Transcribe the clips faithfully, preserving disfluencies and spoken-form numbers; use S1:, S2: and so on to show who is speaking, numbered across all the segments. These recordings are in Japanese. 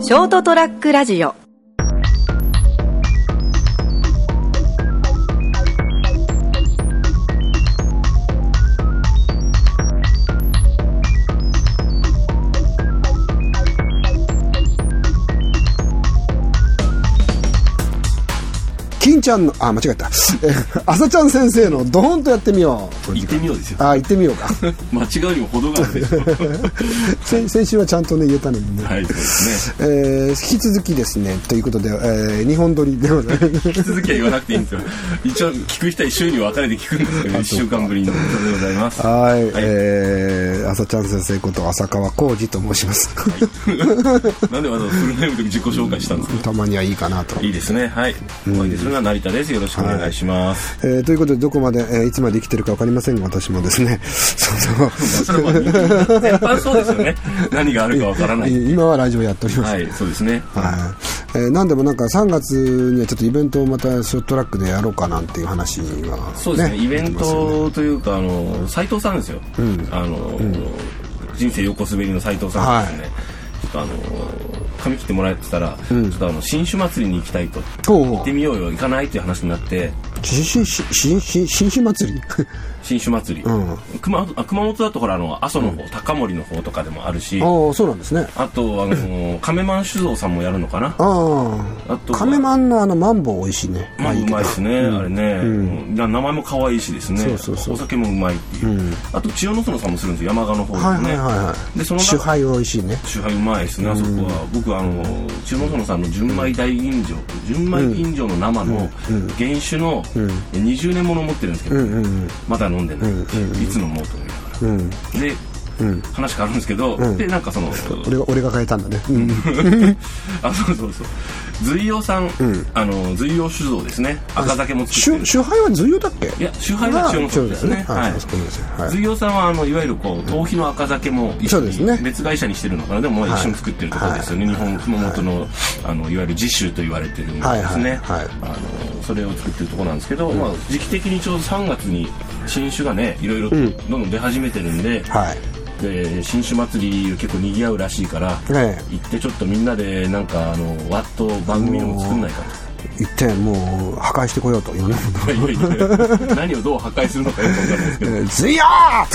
S1: ショートトラックラジオ。
S2: 金ちゃんのあ間違えた朝ちゃん先生のドーンとやってみよ
S3: う行ってみようですよ。
S2: あ行ってみようか
S3: 間違うにも程があるでしょ
S2: 先, 先週はちゃんとね言えたのにね、
S3: はいそうですね、
S2: えー、引き続きですねということで、えー、日本撮りではない
S3: 引き続きは言わなくていいんですよ。一応聞く人は週に分かれて聞くんですけどいっしゅうかんぶりのことでございます。
S2: はい、はい、
S3: え
S2: ー、朝ちゃん先生こと浅川浩二と申します、
S3: はい、なんでわざわざフルネームで自己紹介したんですか。
S2: たまにはいいかなと。
S3: いいですね。はい、お相手するのは成田です。よろしくお願いします、
S2: はい、えー、ということでどこまで、えー、いつまで生きてるか分かりませんが私もですねそうそう
S3: それは全般そうですよね。何があるか分からない
S2: 今はラジオやっております。
S3: はいそうですね、
S2: はいえー、なんでもなんかさんがつにはちょっとイベントをまたショートトラックでやろうかなんていう話が、ね、
S3: そうですねイベントというかあの斉藤さんですよ、うん、あの、うん、人生横滑りの斉藤さんですね、はい、ちょっとあの髪切ってもらってたら、うん、ちょっとあの新酒祭りに行きたいと行ってみようよ行かないという話になって
S2: 新酒新新新酒祭り
S3: 新酒祭り、うん、熊, あ熊本だとほらあの阿蘇の方、うん、高森の方とかでもあるし、
S2: あそうなんですね。
S3: あとあの亀万酒造さんもやるのかな。
S2: ああと亀万のあのマンボウ美味しいね。
S3: まあうまいですね、うん、あれね、うん、名前も可愛いしですね。そうそうそうお酒もうまいっていう、うん、あと千代の園さんもするんですよ山鹿の方でね、はいはいはいはい、でその
S2: 酒杯美味しいね。
S3: 酒杯うまいですねあそこは、うん、僕あの千代の園さんの純米大吟醸純米吟醸の生の原酒のにじゅうねんもの持ってるんですけど、うんうんうん、まだ飲んでない、うんうんうん、いつ飲もうと思いながら、うん、で、うん、話変わるんですけど、うん、でなんかその
S2: 俺が俺が変えたんだね、うん、
S3: あそうそうそう随陽さん、うん、あの随陽酒造ですね赤酒も作ってる。
S2: 酒杯は随陽だっけ。
S3: いや酒杯は千代の園ですね。随陽さんはあのいわゆるこう頭皮の赤酒も一緒に別会社にしてるのかな。でもまあ一緒に作ってるところですよね、はい、日本熊本の、はい、あのいわゆる自酒と言われてるんですね、はいはいはい、あのそれを作ってるところなんですけど、うんまあ、時期的にちょうどさんがつに新酒がねいろいろどんどん出始めてるんで、うんはいで新酒祭り結構にぎわうらしいから、ね、行ってちょっとみんなでなんかあのワッと番組を作んないかと
S2: 行ってもう破壊してこようといろんなこと
S3: いやいや何をどう破壊するのかよく分からないですけど
S2: ズヤ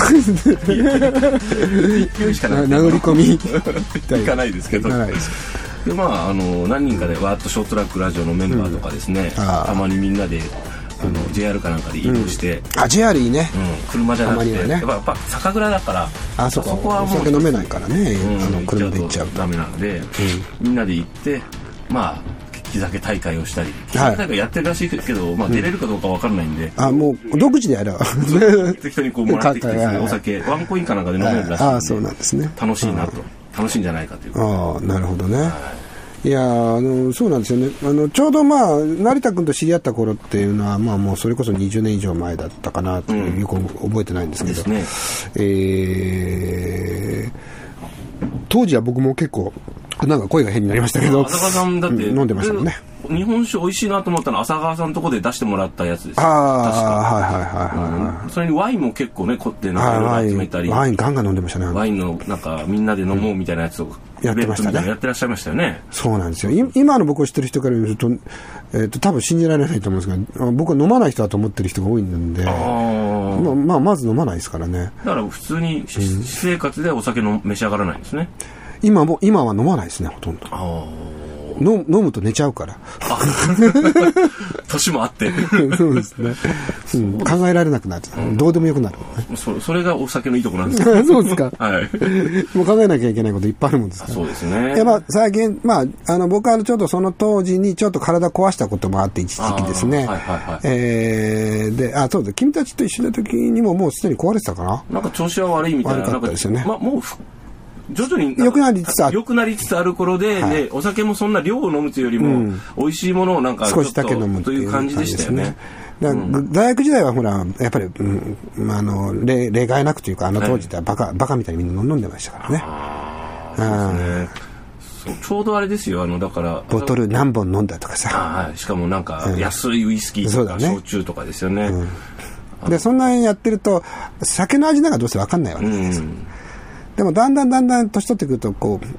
S2: ー
S3: 勢いしかない
S2: 殴り込み
S3: いかないですけどでまああの何人かでワッとショートトラックラジオのメンバーとかですね、うん、たまにみんなであの ジェイアール かなんかで移動して、
S2: うん、あ ジェイアール いいね、
S3: うん、車じゃなくて、ね、やっぱ、やっぱ酒蔵だから
S2: あそこそこはもうお酒飲めないからね、うん、あの車で行っちゃうと
S3: ダメなので、うん、みんなで行ってまあ利き酒大会をしたり利き酒大会やってるらしいけど、はいまあ、出れるかどうか分からないんで、
S2: うん、あもう独自でやる
S3: 適当にこうもらってきてお酒ワンコインかなんかで飲めるらしいんで、
S2: あそうなんですね
S3: 楽しいなと楽しいんじゃないかという
S2: ああなるほどね、はいいやあのそうなんですよねあのちょうどまあ成田君と知り合った頃っていうのは、まあ、もうそれこそにじゅうねん以上前だったかなという、うん、よく覚えてないんですけど、ねえー、当時は僕も結構なんか声が変になりましたけど
S3: 浅川さんだって、うん、
S2: 飲んでましたもんね。
S3: 日本酒美味しいなと思ったのは浅川さんのとこで出してもらったやつです。
S2: ああはいはいはいはい、
S3: うん、それにワインも結構ね凝ってなんか集めたり
S2: ワインガンガン飲んでましたね。
S3: ワインのなんかみんなで飲もうみたいなやつを、うん、
S2: やってましたね。
S3: やってらっしゃいましたよね。
S2: そうなんですよ。今の僕を知ってる人から見ると、えー、と多分信じられないと思うんですが僕は飲まない人だと思ってる人が多いんであ、まあ、まあまず飲まないですからね。
S3: だから普通に私生活でお酒の召し上がらないんですね。
S2: 今も今は飲まないですねほとんど。あ飲, 飲むと寝ちゃうから
S3: 年もあって
S2: そうですね、うん、考えられなくなって、うん、どうでもよくなる、
S3: ね、そ, それがお酒のいいところなんですか
S2: そうですか、
S3: はい、
S2: もう考えなきゃいけないこといっぱいあるもんですから。
S3: そうですね。
S2: いや、まあ、最近、まあ、あの僕はちょっとその当時にちょっと体壊したこともあって一時期ですね、はいはいはいえー、であそうです君たちと一緒の時にももうすでに壊れてたかな。
S3: なんか調子は悪いみたいな。
S2: 悪かったですよね。
S3: まあ、もう徐々に
S2: 良くなりつつある
S3: 良くなりつつある頃で、はい、でお酒もそんな量を飲むというよりも、うん、美味しいものをなんか
S2: 少しだけ飲む
S3: という感じでしたよね。
S2: だうん、大学時代はほらやっぱり、うんまあ、あの 例, 例外なくというかあの当時ではバカ、はい、バカみたいにみんな飲んでましたからね。
S3: ああそうですね。ちょうどあれですよあのだから
S2: ボトル何本飲んだとかさ
S3: あ、はい、しかもなんか安いウイスキーとか、うんね、焼酎とかですよね、
S2: うん、でそんなにやってると酒の味なんかどうせ分かんないわけです、うん、でもだんだんだんだん年取ってくるとこう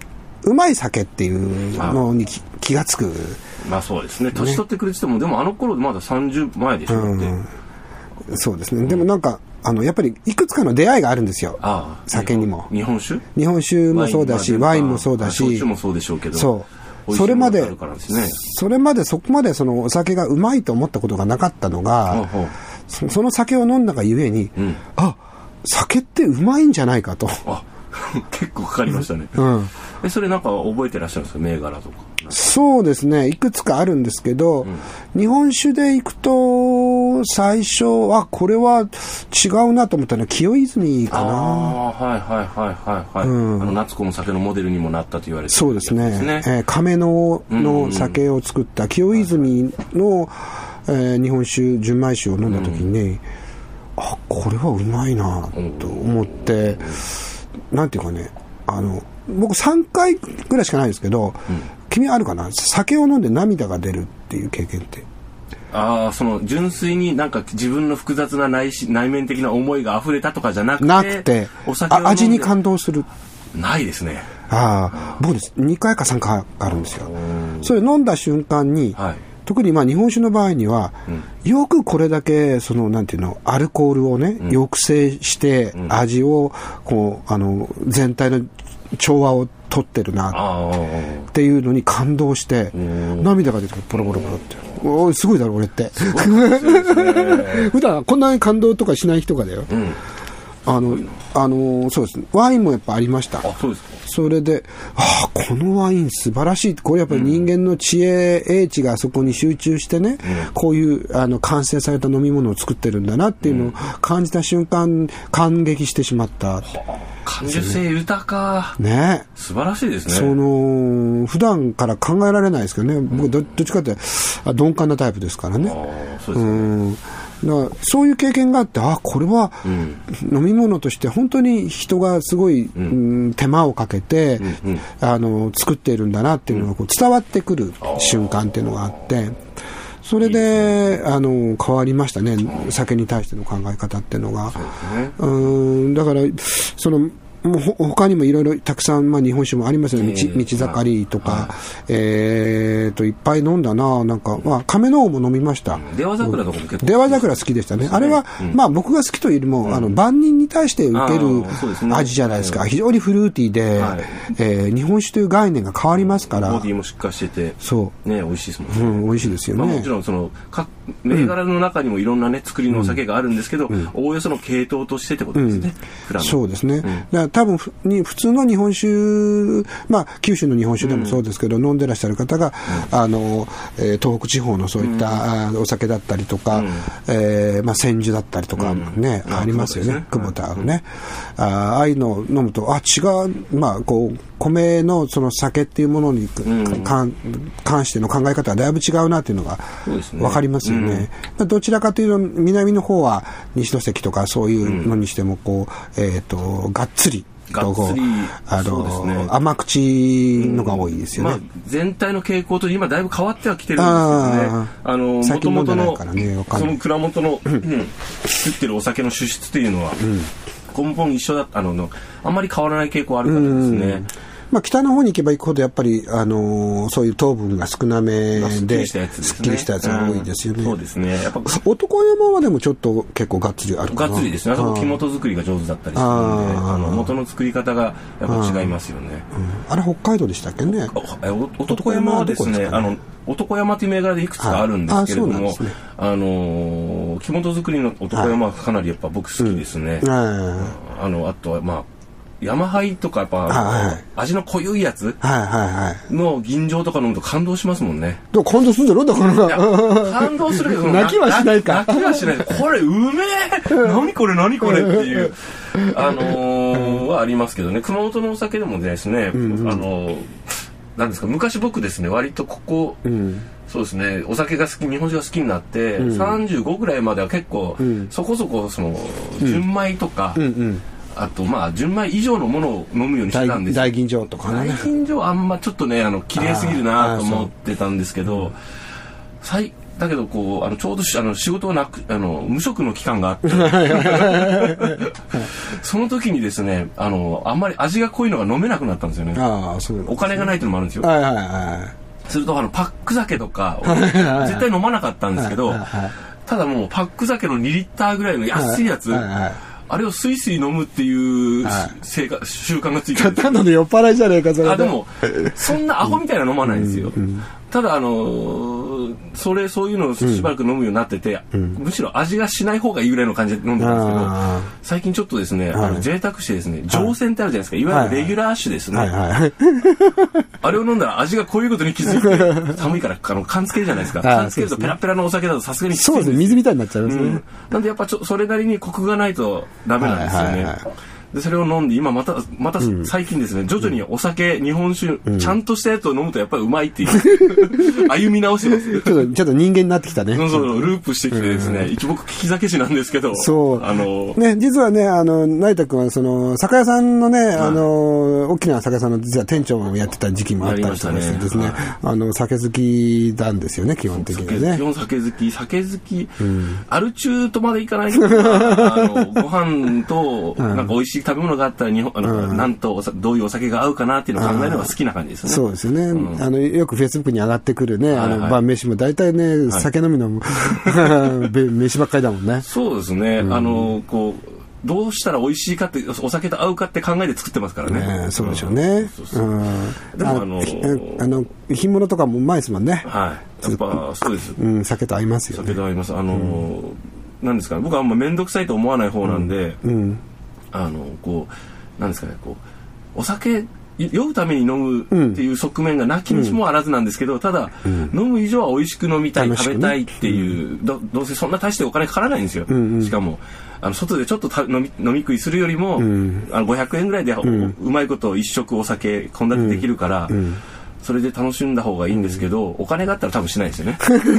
S2: うまい酒っていうのに気がつく。
S3: まあそうですね。年取ってくれてても、ね、でもあの頃まださんじゅうまえでしょって、
S2: うん。そうですね。うん、でもなんか、あの、やっぱりいくつかの出会いがあるんですよ。
S3: ああ、
S2: 酒にも。
S3: 日本酒
S2: 日本酒もそうだし、ワインもそうだし。
S3: 焼酎もそうでしょうけど。
S2: そう。それまで、それまでそこまでそのお酒がうまいと思ったことがなかったのが、ほうほう、そ, その酒を飲んだがゆえに、うん、あ、酒ってうまいんじゃないかと。
S3: あ、結構かかりましたね。うん。え、それなんか覚えてらっしゃるんですか、銘柄とか。
S2: そうですね、いくつかあるんですけど、うん、日本酒でいくと最初はこれは違うなと思ったのは清泉かな。あ
S3: あ、はいはいはいはいはい、うん、あの夏子の酒のモデルにもなったと言われてる、
S2: そうですね、えー、亀野の酒を作った清泉の、えー、日本酒純米酒を飲んだ時にね、うん、あ、これはうまいなと思って、うん、なんていうかね、あの僕さんかいぐらいしかないですけど、うん、君あるかな、酒を飲んで涙が出るっていう経験って。
S3: ああ、その純粋になんか自分の複雑な 内, 内面的な思いが溢れたとかじゃなくて、
S2: なくてお酒を飲んで味に感動する。
S3: ないですね。
S2: ああ、僕ですにかいかさんかいあるんですよ。それ飲んだ瞬間に、はい、特にまあ日本酒の場合には、うん、よくこれだけそのなんていうの、アルコールをね、うん、抑制して味をこうあの全体の調和を取ってるなっていうのに感動して涙が出てポロポロポロって、おーすごいだろ俺って普段こんなに感動とかしない人がだよ、うん、あのあのそうですね、ワインもやっぱありました。
S3: あ、そうですか。
S2: それで、ああ、このワイン素晴らしい。これやっぱり人間の知恵、英知がそこに集中してね、うん、こういうあの完成された飲み物を作ってるんだなっていうのを感じた瞬間、感激してしまった。
S3: 感受性豊か。
S2: ね。
S3: 素晴らしいですね。
S2: その、普段から考えられないですけどね、僕ど、どっちかって鈍感なタイプですからね。
S3: あ、そうですね。うん
S2: だからそういう経験があって、あ、これは飲み物として本当に人がすごい、うんうん、手間をかけて、うんうん、あの作っているんだなっていうのがこう伝わってくる瞬間っていうのがあって、それであの変わりましたね、酒に対しての考え方っていうのが。そうですね。うん、だからそのもう他にもいろいろたくさん、まあ、日本酒もありますよね。道、道盛りとか、はい、えーといっぱい飲んだな。なんか、まあ、亀の王も飲みました。
S3: 出羽桜とかも結構
S2: 出羽桜好きでしたね。あれは、うん、まあ僕が好きというよりも、うん、あの万人に対して受ける味じゃないですか。非常にフルーティーで、はい、えー、日本酒という概念が変わりますから。
S3: ボディもしっかりしてて、
S2: そう
S3: ね、美味しいですもんね。
S2: うん、美味しいですよね。
S3: まあ、もちろんその各銘柄の中にもいろんなね作りのお酒があるんですけど、うん、おおよその系統としてってことですね。
S2: うん、そうですね。うん、だから多分に普通の日本酒、まあ九州の日本酒でもそうですけど、うん、飲んでらっしゃる方が、うん、あの、えー、東北地方のそういった、うん、お酒だったりとか、うん、えー、まあ千住だったりとかね、うん、ありますよね。久保田のね、うん、あ, ああいうのを飲むと、あ、違う、まあこう米のその酒っていうものに、うん、関しての考え方はだいぶ違うなっていうのが分かりますよね。うん、どちらかというと南の方は西関とかそういうのにしてもこう、えーと、がっつりとこうあの、ね、甘口のが多いですよね。うん、まあ、
S3: 全体の傾向と今だいぶ変わってはきてるんですけどね。あの元々のその蔵元の、うん、作ってるお酒の主質っていうのは、うん、根本一緒だったののあんまり変わらない傾向あるからですね。うん、
S2: まあ、北の方に行けば行くほどやっぱり、あのー、そういう糖分が少なめで、すっきりしたやつが多いですよね。
S3: うん、そうですね。やっぱ
S2: 男山はでもちょっと結構がっつりあるかな。
S3: がっつりですね。あそこ木本作りが上手だったりするので、あの元の作り方がやっぱ違いますよね。
S2: あ,、うん、あれ北海道でしたっけね。
S3: 男山はですね、あの男山という銘柄でいくつかあるんですけれども、あ、あの木本作りの男山はかなりやっぱ僕好きですね。うん、あのあとはまあ山灰とかやっぱ、はいはい、味の濃いやつの吟醸とか飲むと感動しますもんね。
S2: でも感動するんだろだから
S3: 感動するけど
S2: 泣きはしないか。
S3: 泣きはしない。これうめえ何これ何これっていうあのー、はありますけどね。熊本のお酒でもですね、うんうん、あのー、なんですか、昔僕ですね割とここ、うん、そうですね、お酒が好き、日本酒が好きになって、うん、さんじゅうごぐらいまでは結構、うん、そこそこその純米とか、うんうんうん、あとまあ純米以上のものを飲むようにしてたんです。
S2: 大吟醸とか
S3: ね。大吟醸あんまちょっとねあの綺麗すぎるなと思ってたんですけど、最だけどこうあのちょうどあの仕事をなくあの無職の期間があってその時にですねあのあんまり味が濃いのが飲めなくなったんですよね。
S2: あそうですね、
S3: お金がないというのもあるんですよ。
S2: はいはいはい、
S3: するとあのパック酒とか絶対飲まなかったんですけど、ただもうパック酒のにリッターぐらいの安いやつ、はいはいはい、あれをスイスイ飲むっていう生活、はい、習慣がついてるんですよ。
S2: ただの酔っ払いじゃねえかそれ。
S3: あでもそんなアホみたいな飲まないんですよ、うんうん、ただあのそれそういうのをしばらく飲むようになってて、うん、むしろ味がしない方がいいぐらいの感じで飲んでたんですけど、最近ちょっとですね、はい、あの贅沢してですね乗船ってあるじゃないですか、いわゆるレギュラー酒ですね、はいはいはい、あれを飲んだら味が濃いことに気づいて寒いからあの缶つけるじゃないですか。缶つけるとペラペラのお酒だとさすがにきついんです。
S2: そうですね、水みたいになっちゃいますね、うん、
S3: なんでやっぱちょそれなりにコクがないとダメなんですよね、はいはいはい、でそれを飲んで今またまた最近ですね、うん、徐々にお酒、うん、日本酒、うん、ちゃんとしたやつを飲むとやっぱりうまいっていう歩み直してますちょっとちょっと人間になってきたね。そうそうループしてきてですね、うん、一応僕利き酒師なんですけど、
S2: そうあのね、実はねあの成田君はその酒屋さんのね、はい、あの大きな酒屋さんの実は店長もやってた時期もあったりしてですね、はい、あの酒好きなんですよね基本的にね。
S3: 基本酒好き酒好き、うん、アル中とまでいかないけどあのご飯となんか美味しい食べ物があったら日本あの、うん、なんとどういうお酒が合うかなっていうのを考えるのが好きな感じですね。
S2: そうですよね、うん、あのよくフェイスブックに上がってくるね、はいはい、あの晩飯も大体ね、はい、酒飲みの飯ばっかりだもんね。
S3: そうですね、うん、あのこうどうしたら美味しいかってお酒と合うかって考えて作ってますからね。
S2: ねそうでしょうね。でもあのあの品物とかもうまいですもんね。
S3: はい。やっぱそうです。
S2: うん、酒と合いますよね。
S3: 酒と合います。あの、うん、なんですかね。僕はあんま面倒くさいと思わない方なんで、うんうん、あのこうなんですかねこうお酒酔うために飲むっていう側面がなきにしもあらずなんですけど、ただ、うん、飲む以上は美味しく飲みたい、ね、食べたいっていう、うん、ど, どうせそんな大してお金かからないんですよ、うんうん、しかもあの外でちょっとた飲み飲み食いするよりも、うん、あのごひゃくえんぐらいで、うん、うまいこと一食お酒献立できるから、うんうん、それで楽しんだ方がいいんですけど、お金があったら多分しないですよね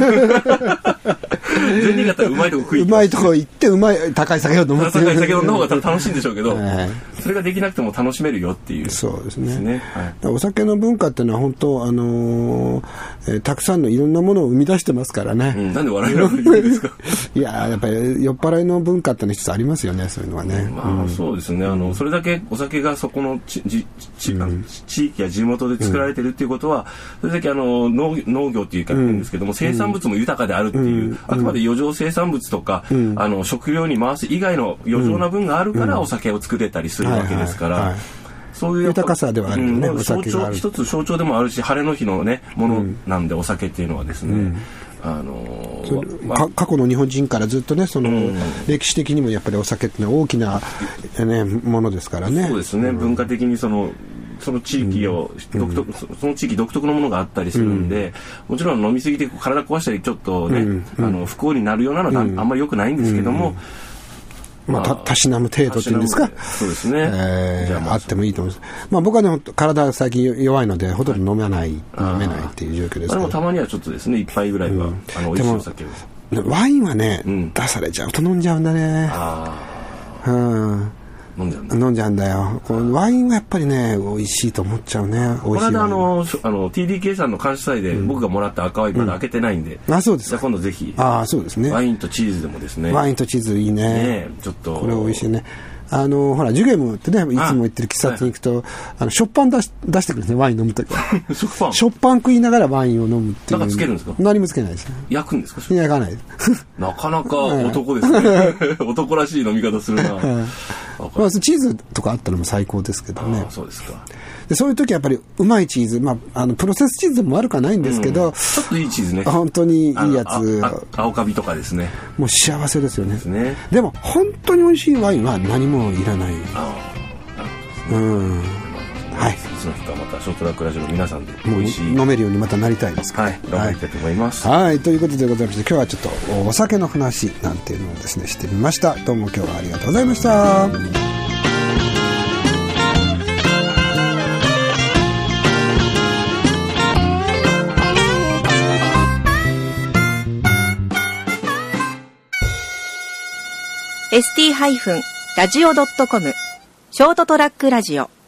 S3: 全人があったらうまいとこ食い
S2: 行うまいとこ行ってうまい高い酒を飲むっていう
S3: 高い酒飲んだ方が楽しいんでしょうけど、はい、それができなくても楽しめるよっていう、
S2: そうですね、ですね、はい、お酒の文化っていうのは本当、あのーえー、たくさんのいろんなものを生み出してますからね、
S3: うん、なんで笑いながら言うんですか
S2: いややっぱり酔っ払いの文化っていうのは一つありますよね、そういうのはね、
S3: まあ、うん、そうですね、あのそれだけお酒がそこのちちち、うん、地域や地元で作られてるっていうことは、それだけあの 農, 農業っていうか言うんですけども、うん、生産物も豊かであるっていう、うん、あくまで余剰生産物とか、うん、あの食料に回す以外の余剰な分があるからお酒を作れたりするわけですから、うんはいはいはい、そういう
S2: 豊かさではあるよね、
S3: うん、象徴一つ象徴でもあるし、晴れの日のねものなんで、うん、お酒っていうのはですね、うん、あのーまあ、
S2: 過去の日本人からずっとねその、うん、歴史的にもやっぱりお酒っていうのは大きな、ね、ものですからね。
S3: そうですね、うん、文化的にそのその地域を独特、うん、その地域独特のものがあったりするんで、うん、もちろん飲みすぎて体壊したりちょっとね、うんうん、あの不幸になるようなのは、うん、あんまり良くないんですけども、うん
S2: まあ、たたしなむ程度っていうんですか、
S3: そうですね、
S2: えー、じゃあ、まあ、あってもいいと思います。まあ、僕はね体最近弱いのでほとんど飲めない、はい、飲めないっていう状況ですけど、
S3: でもたまにはちょっとですね一杯ぐらいは、うん、あの美味しいお酒を
S2: ワインはね、うん、出されちゃうと飲んじゃうんだね。ああ、うん
S3: 飲んじゃうんだ。
S2: 飲んじゃうんだよ。このワインはやっぱりね美味しいと思っちゃうね。
S3: この間あのあの ティーディーケー さんの感謝祭で僕がもらった赤ワインまだ開けてないんで、
S2: うん、あそうですか。
S3: じゃあ今度ぜひ。
S2: ああそうですね。
S3: ワインとチーズでもですね。
S2: ワインとチーズいいね。
S3: ねちょっと
S2: これ美味しいね。あのほらジュゲムってねいつも行ってる喫茶店に行くと あ,、はい、あのショッパン出し出してくるんですね、ワイン飲むときは
S3: ショッパン
S2: ショッパン食いながらワインを飲むっていう。
S3: なんかつけるんですか。
S2: 何もつけないです。
S3: 焼くんですか。
S2: 焼かない
S3: なかなか男ですね男らしい飲み方するな、はい
S2: まあ、チーズとかあったらも最高ですけどね。
S3: あそうですか。
S2: でそういう時はやっぱりうまいチーズ、まあ、あのプロセスチーズも悪くはないんですけど、うん、
S3: ちょっといいチーズね、
S2: 本当にいいやつ、
S3: 青カビとかですね、
S2: もう幸せですよね。
S3: ですね。
S2: でも本当に美味しいワインは何もいらない。ああ、うんはい、い
S3: つの日かまたショートラックラジオの皆さんで美味しい
S2: 飲めるようにまたなりたいですから、
S3: はい、頑張りたいと思います。
S2: はい、はい、ということでございまして今日はちょっとお酒の話なんていうのをですねしてみました。どうも今日はありがとうございました。
S1: エスティー ラジオ ドットコム ショートトラックラジオ